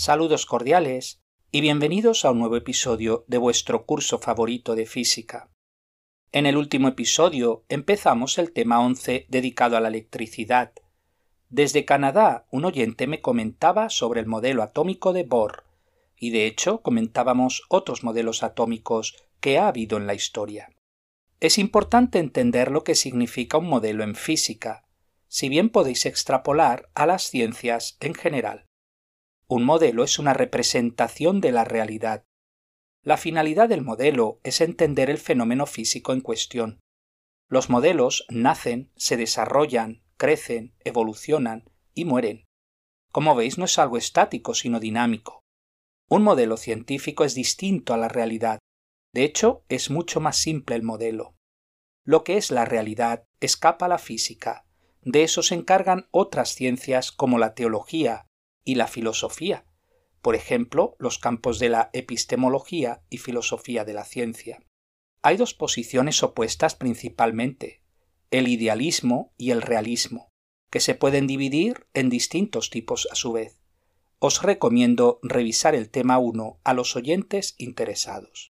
Saludos cordiales y bienvenidos a un nuevo episodio de vuestro curso favorito de física. En el último episodio empezamos el tema 11 dedicado a la electricidad. Desde Canadá, un oyente me comentaba sobre el modelo atómico de Bohr, y de hecho comentábamos otros modelos atómicos que ha habido en la historia. Es importante entender lo que significa un modelo en física, si bien podéis extrapolar a las ciencias en general. Un modelo es una representación de la realidad. La finalidad del modelo es entender el fenómeno físico en cuestión. Los modelos nacen, se desarrollan, crecen, evolucionan y mueren. Como veis, no es algo estático, sino dinámico. Un modelo científico es distinto a la realidad. De hecho, es mucho más simple el modelo. Lo que es la realidad escapa a la física. De eso se encargan otras ciencias como la teología y la filosofía. Por ejemplo, los campos de la epistemología y filosofía de la ciencia. Hay dos posiciones opuestas principalmente, el idealismo y el realismo, que se pueden dividir en distintos tipos a su vez. Os recomiendo revisar el tema 1 a los oyentes interesados.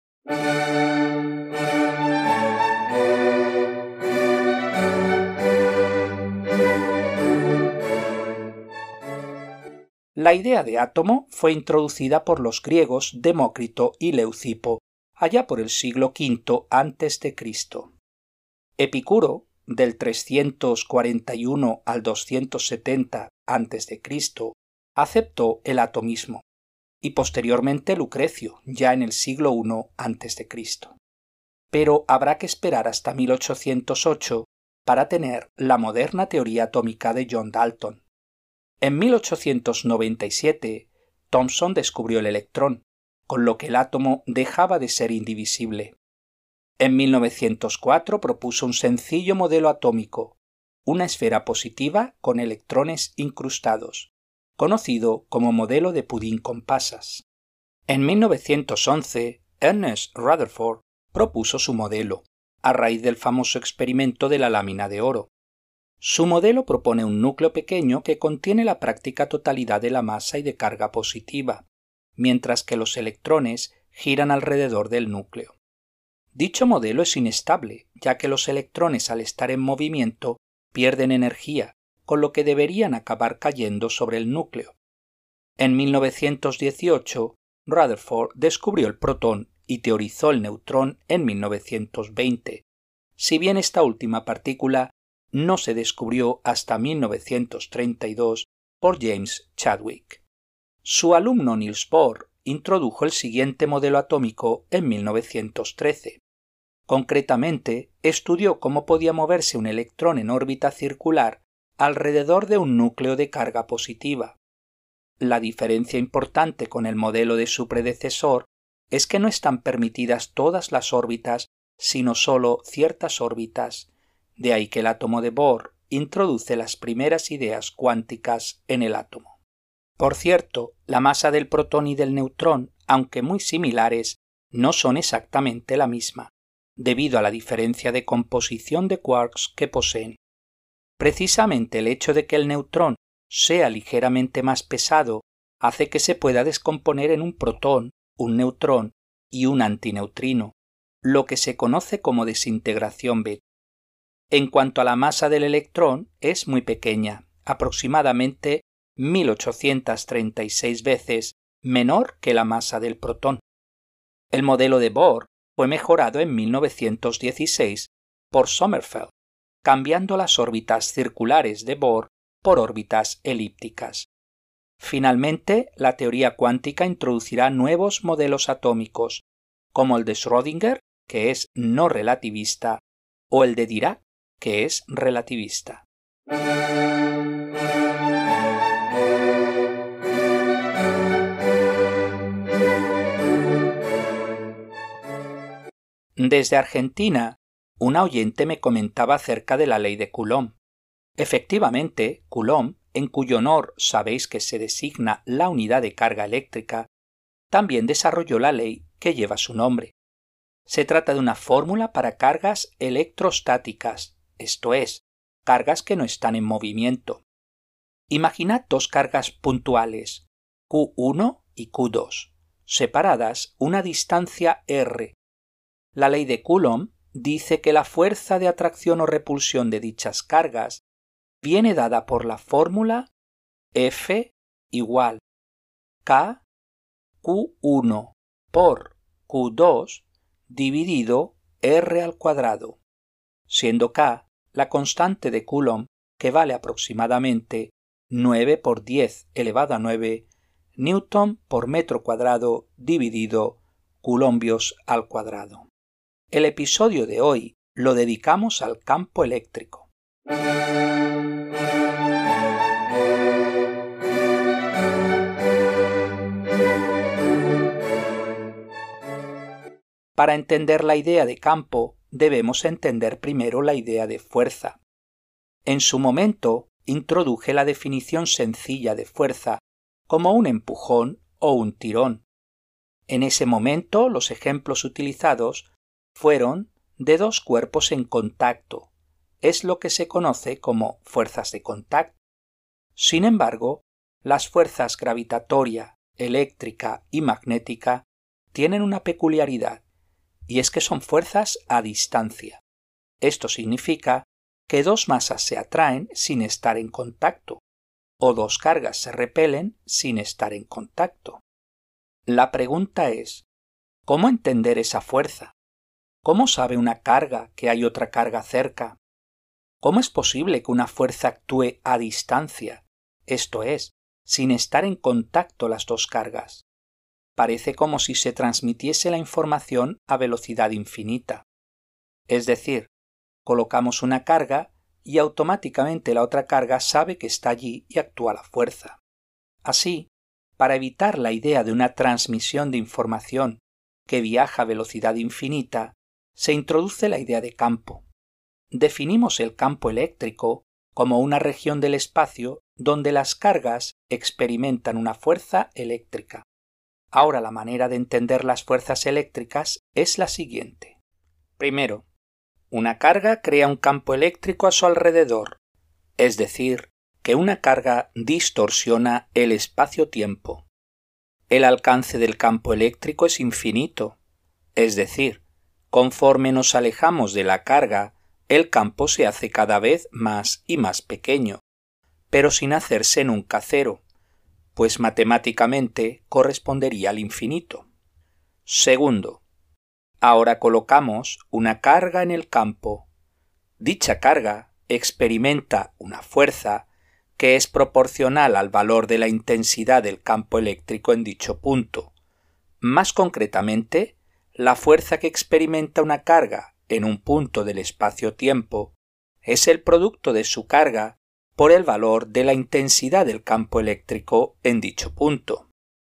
La idea de átomo fue introducida por los griegos Demócrito y Leucipo, allá por el siglo V a.C. Epicuro, del 341 al 270 a.C., aceptó el atomismo, y posteriormente Lucrecio, ya en el siglo I a.C. Pero habrá que esperar hasta 1808 para tener la moderna teoría atómica de John Dalton. En 1897, Thomson descubrió el electrón, con lo que el átomo dejaba de ser indivisible. En 1904 propuso un sencillo modelo atómico, una esfera positiva con electrones incrustados, conocido como modelo de pudín con pasas. En 1911, Ernest Rutherford propuso su modelo, a raíz del famoso experimento de la lámina de oro. Su modelo propone un núcleo pequeño que contiene la práctica totalidad de la masa y de carga positiva, mientras que los electrones giran alrededor del núcleo. Dicho modelo es inestable, ya que los electrones al estar en movimiento pierden energía, con lo que deberían acabar cayendo sobre el núcleo. En 1918, Rutherford descubrió el protón y teorizó el neutrón en 1920, si bien esta última partícula no se descubrió hasta 1932 por James Chadwick. Su alumno Niels Bohr introdujo el siguiente modelo atómico en 1913. Concretamente, estudió cómo podía moverse un electrón en órbita circular alrededor de un núcleo de carga positiva. La diferencia importante con el modelo de su predecesor es que no están permitidas todas las órbitas, sino solo ciertas órbitas. De ahí que el átomo de Bohr introduce las primeras ideas cuánticas en el átomo. Por cierto, la masa del protón y del neutrón, aunque muy similares, no son exactamente la misma, debido a la diferencia de composición de quarks que poseen. Precisamente el hecho de que el neutrón sea ligeramente más pesado hace que se pueda descomponer en un protón, un neutrón y un antineutrino, lo que se conoce como desintegración beta. En cuanto a la masa del electrón, es muy pequeña, aproximadamente 1836 veces menor que la masa del protón. El modelo de Bohr fue mejorado en 1916 por Sommerfeld, cambiando las órbitas circulares de Bohr por órbitas elípticas. Finalmente, la teoría cuántica introducirá nuevos modelos atómicos, como el de Schrödinger, que es no relativista, o el de Dirac, que es relativista. Desde Argentina, una oyente me comentaba acerca de la ley de Coulomb. Efectivamente, Coulomb, en cuyo honor sabéis que se designa la unidad de carga eléctrica, también desarrolló la ley que lleva su nombre. Se trata de una fórmula para cargas electrostáticas, esto es, cargas que no están en movimiento. Imaginad dos cargas puntuales, Q1 y Q2, separadas una distancia r. La ley de Coulomb dice que la fuerza de atracción o repulsión de dichas cargas viene dada por la fórmula F igual K Q1 por Q2 dividido R al cuadrado, siendo K la constante de Coulomb que vale aproximadamente 9 por 10 elevado a 9 newton por metro cuadrado dividido coulombios al cuadrado. El episodio de hoy lo dedicamos al campo eléctrico. Para entender la idea de campo, debemos entender primero la idea de fuerza. En su momento, introduje la definición sencilla de fuerza como un empujón o un tirón. En ese momento, los ejemplos utilizados fueron de dos cuerpos en contacto. Es lo que se conoce como fuerzas de contacto. Sin embargo, las fuerzas gravitatoria, eléctrica y magnética tienen una peculiaridad, y es que son fuerzas a distancia. Esto significa que dos masas se atraen sin estar en contacto, o dos cargas se repelen sin estar en contacto. La pregunta es, ¿cómo entender esa fuerza? ¿Cómo sabe una carga que hay otra carga cerca? ¿Cómo es posible que una fuerza actúe a distancia, esto es, sin estar en contacto las dos cargas? Parece como si se transmitiese la información a velocidad infinita. Es decir, colocamos una carga y automáticamente la otra carga sabe que está allí y actúa la fuerza. Así, para evitar la idea de una transmisión de información que viaja a velocidad infinita, se introduce la idea de campo. Definimos el campo eléctrico como una región del espacio donde las cargas experimentan una fuerza eléctrica. Ahora la manera de entender las fuerzas eléctricas es la siguiente. Primero, una carga crea un campo eléctrico a su alrededor, es decir, que una carga distorsiona el espacio-tiempo. El alcance del campo eléctrico es infinito, es decir, conforme nos alejamos de la carga, el campo se hace cada vez más y más pequeño, pero sin hacerse nunca cero, pues matemáticamente correspondería al infinito. Segundo, ahora colocamos una carga en el campo. Dicha carga experimenta una fuerza que es proporcional al valor de la intensidad del campo eléctrico en dicho punto. Más concretamente, la fuerza que experimenta una carga en un punto del espacio-tiempo es el producto de su carga por el valor de la intensidad del campo eléctrico en dicho punto.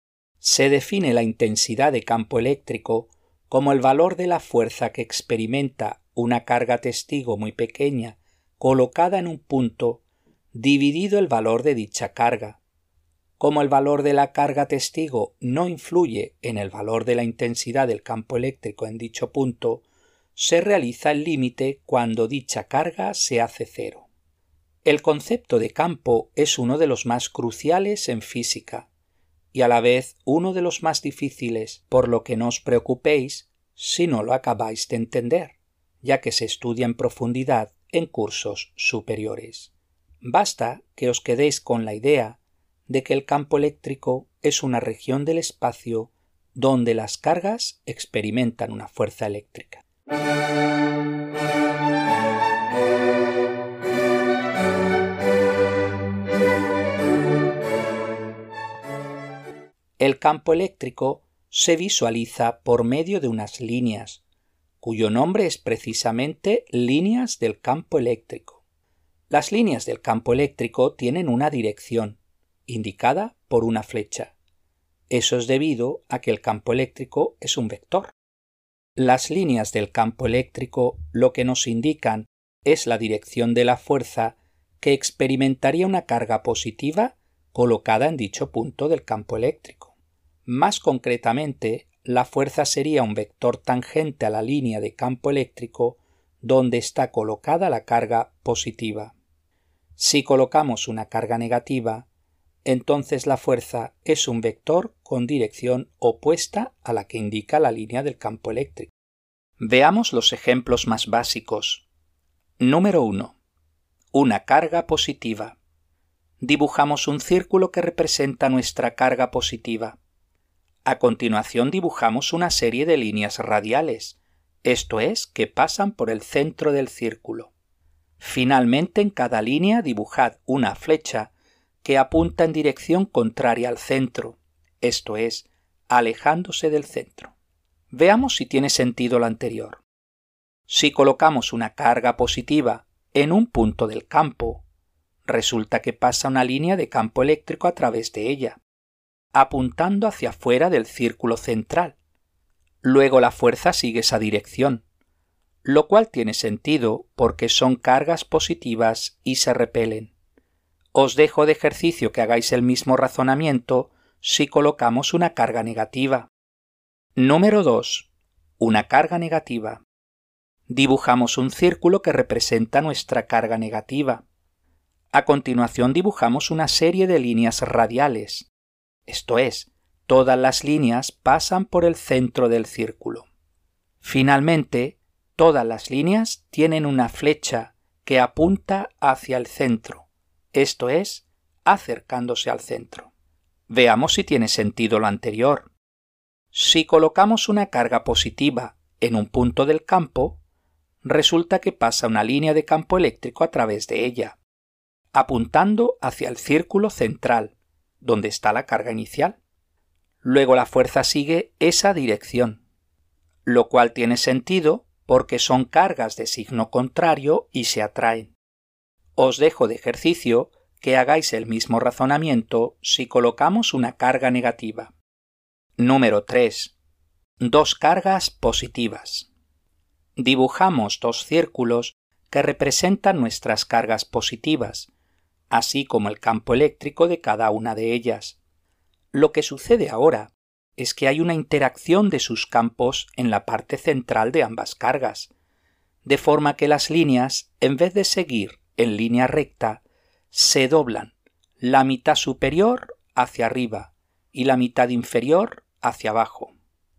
Se define la intensidad de campo eléctrico como el valor de la fuerza que experimenta una carga testigo muy pequeña colocada en un punto dividido el valor de dicha carga. Como el valor de la carga testigo no influye en el valor de la intensidad del campo eléctrico en dicho punto, se realiza el límite cuando dicha carga se hace cero. El concepto de campo es uno de los más cruciales en física y a la vez uno de los más difíciles, por lo que no os preocupéis si no lo acabáis de entender, ya que se estudia en profundidad en cursos superiores. Basta que os quedéis con la idea de que el campo eléctrico es una región del espacio donde las cargas experimentan una fuerza eléctrica. El campo eléctrico se visualiza por medio de unas líneas, cuyo nombre es precisamente líneas del campo eléctrico. Las líneas del campo eléctrico tienen una dirección, indicada por una flecha. Eso es debido a que el campo eléctrico es un vector. Las líneas del campo eléctrico lo que nos indican es la dirección de la fuerza que experimentaría una carga positiva colocada en dicho punto del campo eléctrico. Más concretamente, la fuerza sería un vector tangente a la línea de campo eléctrico donde está colocada la carga positiva. Si colocamos una carga negativa, entonces la fuerza es un vector con dirección opuesta a la que indica la línea del campo eléctrico. Veamos los ejemplos más básicos. Número 1. Una carga positiva. Dibujamos un círculo que representa nuestra carga positiva. A continuación dibujamos una serie de líneas radiales, esto es, que pasan por el centro del círculo. Finalmente, en cada línea dibujad una flecha que apunta en dirección contraria al centro, esto es, alejándose del centro. Veamos si tiene sentido lo anterior. Si colocamos una carga positiva en un punto del campo, resulta que pasa una línea de campo eléctrico a través de ella, apuntando hacia afuera del círculo central. Luego la fuerza sigue esa dirección, lo cual tiene sentido porque son cargas positivas y se repelen. Os dejo de ejercicio que hagáis el mismo razonamiento si colocamos una carga negativa. Número 2. Una carga negativa. Dibujamos un círculo que representa nuestra carga negativa. A continuación dibujamos una serie de líneas radiales. Esto es, todas las líneas pasan por el centro del círculo. Finalmente, todas las líneas tienen una flecha que apunta hacia el centro, esto es, acercándose al centro. Veamos si tiene sentido lo anterior. Si colocamos una carga positiva en un punto del campo, resulta que pasa una línea de campo eléctrico a través de ella, apuntando hacia el círculo central, donde está la carga inicial. Luego la fuerza sigue esa dirección, lo cual tiene sentido porque son cargas de signo contrario y se atraen. Os dejo de ejercicio que hagáis el mismo razonamiento si colocamos una carga negativa. Número 3. Dos cargas positivas. Dibujamos dos círculos que representan nuestras cargas positivas, así como el campo eléctrico de cada una de ellas. Lo que sucede ahora es que hay una interacción de sus campos en la parte central de ambas cargas, de forma que las líneas, en vez de seguir en línea recta, se doblan, la mitad superior hacia arriba y la mitad inferior hacia abajo.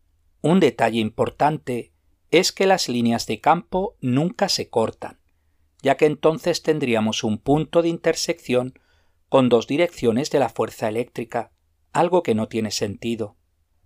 Un detalle importante es que las líneas de campo nunca se cortan, ya que entonces tendríamos un punto de intersección con dos direcciones de la fuerza eléctrica, algo que no tiene sentido.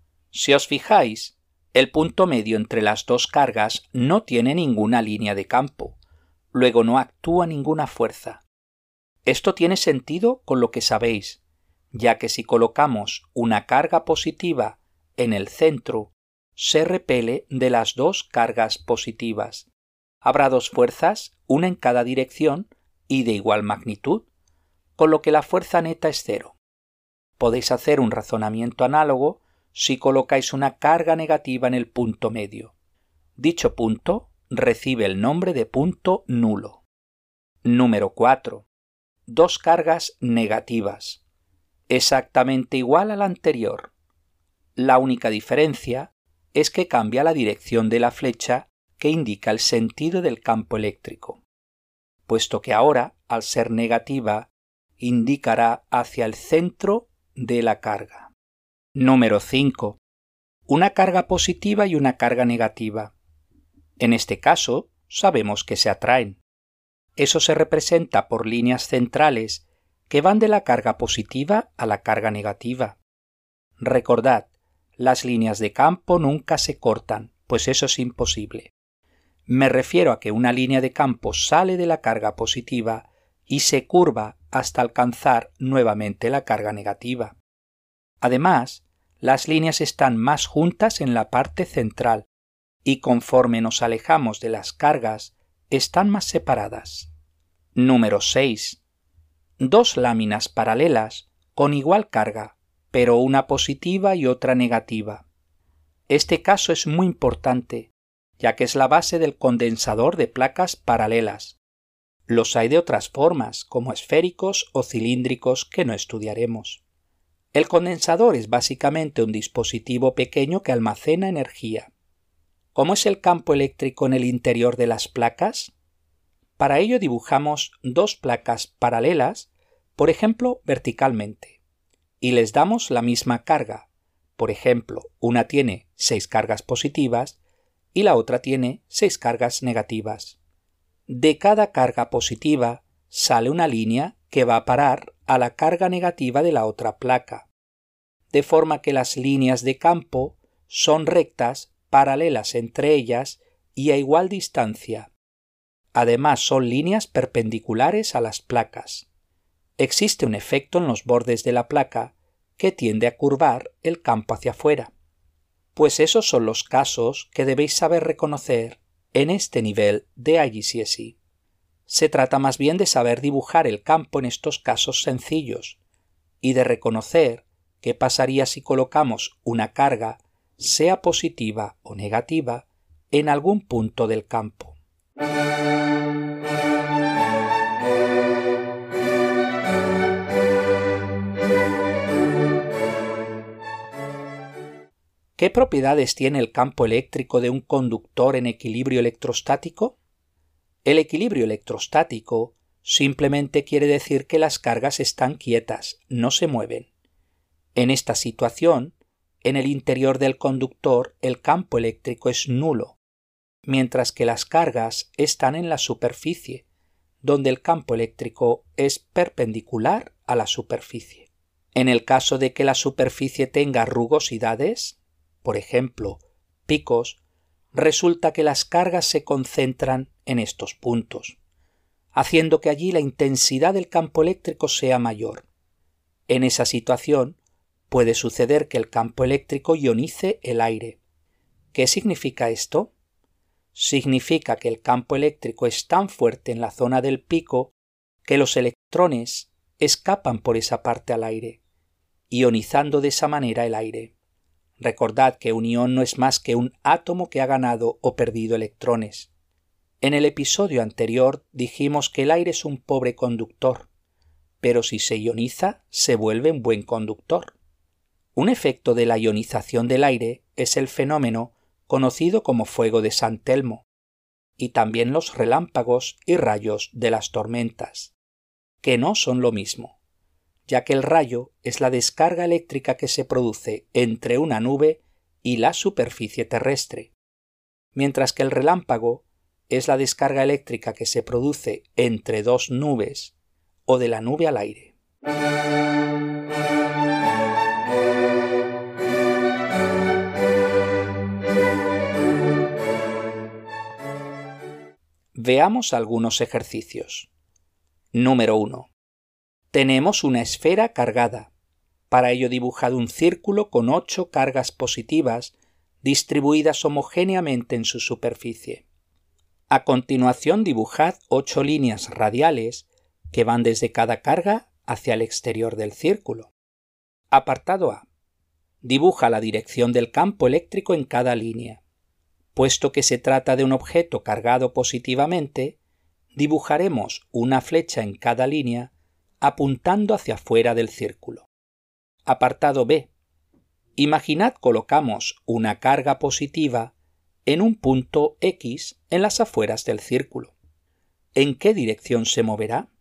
Si os fijáis, el punto medio entre las dos cargas no tiene ninguna línea de campo, luego no actúa ninguna fuerza. Esto tiene sentido con lo que sabéis, ya que si colocamos una carga positiva en el centro, se repele de las dos cargas positivas. Habrá dos fuerzas, una en cada dirección y de igual magnitud, con lo que la fuerza neta es cero. Podéis hacer un razonamiento análogo si colocáis una carga negativa en el punto medio. Dicho punto recibe el nombre de punto nulo. Número 4. Dos cargas negativas. Exactamente igual a la anterior. La única diferencia es que cambia la dirección de la flecha que indica el sentido del campo eléctrico, puesto que ahora, al ser negativa, indicará hacia el centro de la carga. Número 5. Una carga positiva y una carga negativa. En este caso, sabemos que se atraen. Eso se representa por líneas centrales que van de la carga positiva a la carga negativa. Recordad, las líneas de campo nunca se cortan, pues eso es imposible. Me refiero a que una línea de campo sale de la carga positiva y se curva hasta alcanzar nuevamente la carga negativa. Además, las líneas están más juntas en la parte central y conforme nos alejamos de las cargas, están más separadas. Número 6. Dos láminas paralelas con igual carga, pero una positiva y otra negativa. Este caso es muy importante, ya que es la base del condensador de placas paralelas. Los hay de otras formas, como esféricos o cilíndricos, que no estudiaremos. El condensador es básicamente un dispositivo pequeño que almacena energía. ¿Cómo es el campo eléctrico en el interior de las placas? Para ello dibujamos dos placas paralelas, por ejemplo, verticalmente. y les damos la misma carga. Por ejemplo, una tiene 6 cargas positivas y la otra tiene 6 cargas negativas. De cada carga positiva sale una línea que va a parar a la carga negativa de la otra placa, de forma que las líneas de campo son rectas, paralelas entre ellas y a igual distancia. Además, son líneas perpendiculares a las placas. Existe un efecto en los bordes de la placa que tiende a curvar el campo hacia afuera. Pues esos son los casos que debéis saber reconocer en este nivel de IGCSE. Se trata más bien de saber dibujar el campo en estos casos sencillos y de reconocer qué pasaría si colocamos una carga, sea positiva o negativa, en algún punto del campo. ¿Qué propiedades tiene el campo eléctrico de un conductor en equilibrio electrostático? El equilibrio electrostático simplemente quiere decir que las cargas están quietas, no se mueven. En esta situación, en el interior del conductor el campo eléctrico es nulo, mientras que las cargas están en la superficie, donde el campo eléctrico es perpendicular a la superficie. En el caso de que la superficie tenga rugosidades, por ejemplo, picos, resulta que las cargas se concentran en estos puntos, haciendo que allí la intensidad del campo eléctrico sea mayor. En esa situación, puede suceder que el campo eléctrico ionice el aire. ¿Qué significa esto? Significa que el campo eléctrico es tan fuerte en la zona del pico que los electrones escapan por esa parte al aire, ionizando de esa manera el aire. Recordad que un ion no es más que un átomo que ha ganado o perdido electrones. En el episodio anterior dijimos que el aire es un pobre conductor, pero si se ioniza, se vuelve un buen conductor. Un efecto de la ionización del aire es el fenómeno conocido como fuego de San Telmo, y también los relámpagos y rayos de las tormentas, que no son lo mismo, ya que el rayo es la descarga eléctrica que se produce entre una nube y la superficie terrestre, mientras que el relámpago es la descarga eléctrica que se produce entre dos nubes o de la nube al aire. Veamos algunos ejercicios. Número 1. Tenemos una esfera cargada. Para ello dibujad un círculo con 8 cargas positivas distribuidas homogéneamente en su superficie. A continuación dibujad 8 líneas radiales que van desde cada carga hacia el exterior del círculo. Apartado A. Dibuja la dirección del campo eléctrico en cada línea. Puesto que se trata de un objeto cargado positivamente, dibujaremos una flecha en cada línea apuntando hacia fuera del círculo. Apartado B. Imaginad colocamos una carga positiva en un punto X en las afueras del círculo. ¿En qué dirección se moverá?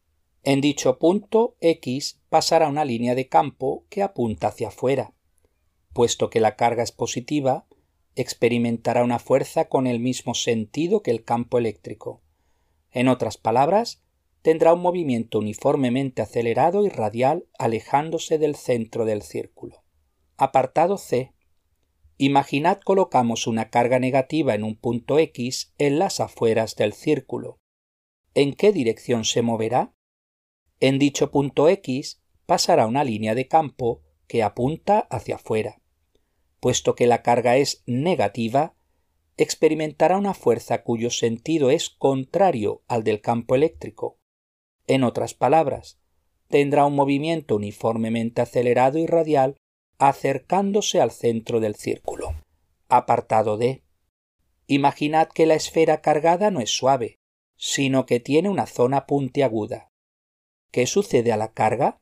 En dicho punto X pasará una línea de campo que apunta hacia afuera. Puesto que la carga es positiva, experimentará una fuerza con el mismo sentido que el campo eléctrico. En otras palabras, tendrá un movimiento uniformemente acelerado y radial alejándose del centro del círculo. Apartado C. Imaginad colocamos una carga negativa en un punto X en las afueras del círculo. ¿En qué dirección se moverá? En dicho punto X pasará una línea de campo que apunta hacia afuera. Puesto que la carga es negativa, experimentará una fuerza cuyo sentido es contrario al del campo eléctrico. En otras palabras, tendrá un movimiento uniformemente acelerado y radial acercándose al centro del círculo. Apartado D. Imaginad que la esfera cargada no es suave, sino que tiene una zona puntiaguda. ¿Qué sucede a la carga?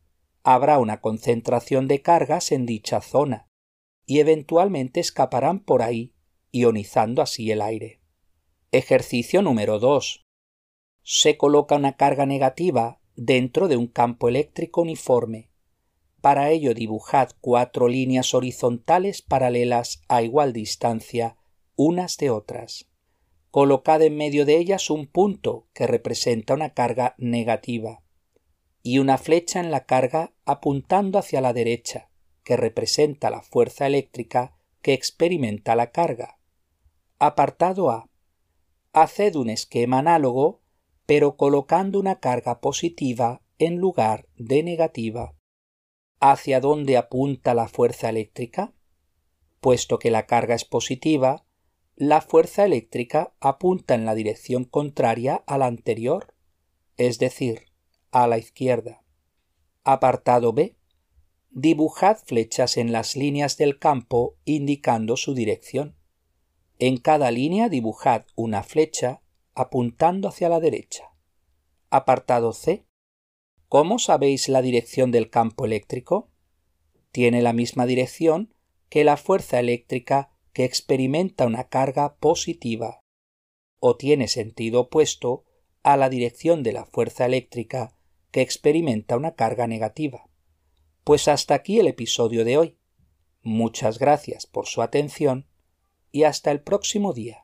Habrá una concentración de cargas en dicha zona, y eventualmente escaparán por ahí, ionizando así el aire. Ejercicio número 2. Se coloca una carga negativa dentro de un campo eléctrico uniforme. Para ello dibujad 4 líneas horizontales paralelas a igual distancia unas de otras. Colocad en medio de ellas un punto que representa una carga negativa y una flecha en la carga apuntando hacia la derecha, que representa la fuerza eléctrica que experimenta la carga. Apartado A. Haced un esquema análogo, pero colocando una carga positiva en lugar de negativa. ¿Hacia dónde apunta la fuerza eléctrica? Puesto que la carga es positiva, la fuerza eléctrica apunta en la dirección contraria a la anterior, es decir, a la izquierda. Apartado B. Dibujad flechas en las líneas del campo indicando su dirección. En cada línea dibujad una flecha apuntando hacia la derecha. Apartado C. ¿Cómo sabéis la dirección del campo eléctrico? Tiene la misma dirección que la fuerza eléctrica que experimenta una carga positiva, o tiene sentido opuesto a la dirección de la fuerza eléctrica que experimenta una carga negativa. Pues hasta aquí el episodio de hoy. Muchas gracias por su atención y hasta el próximo día.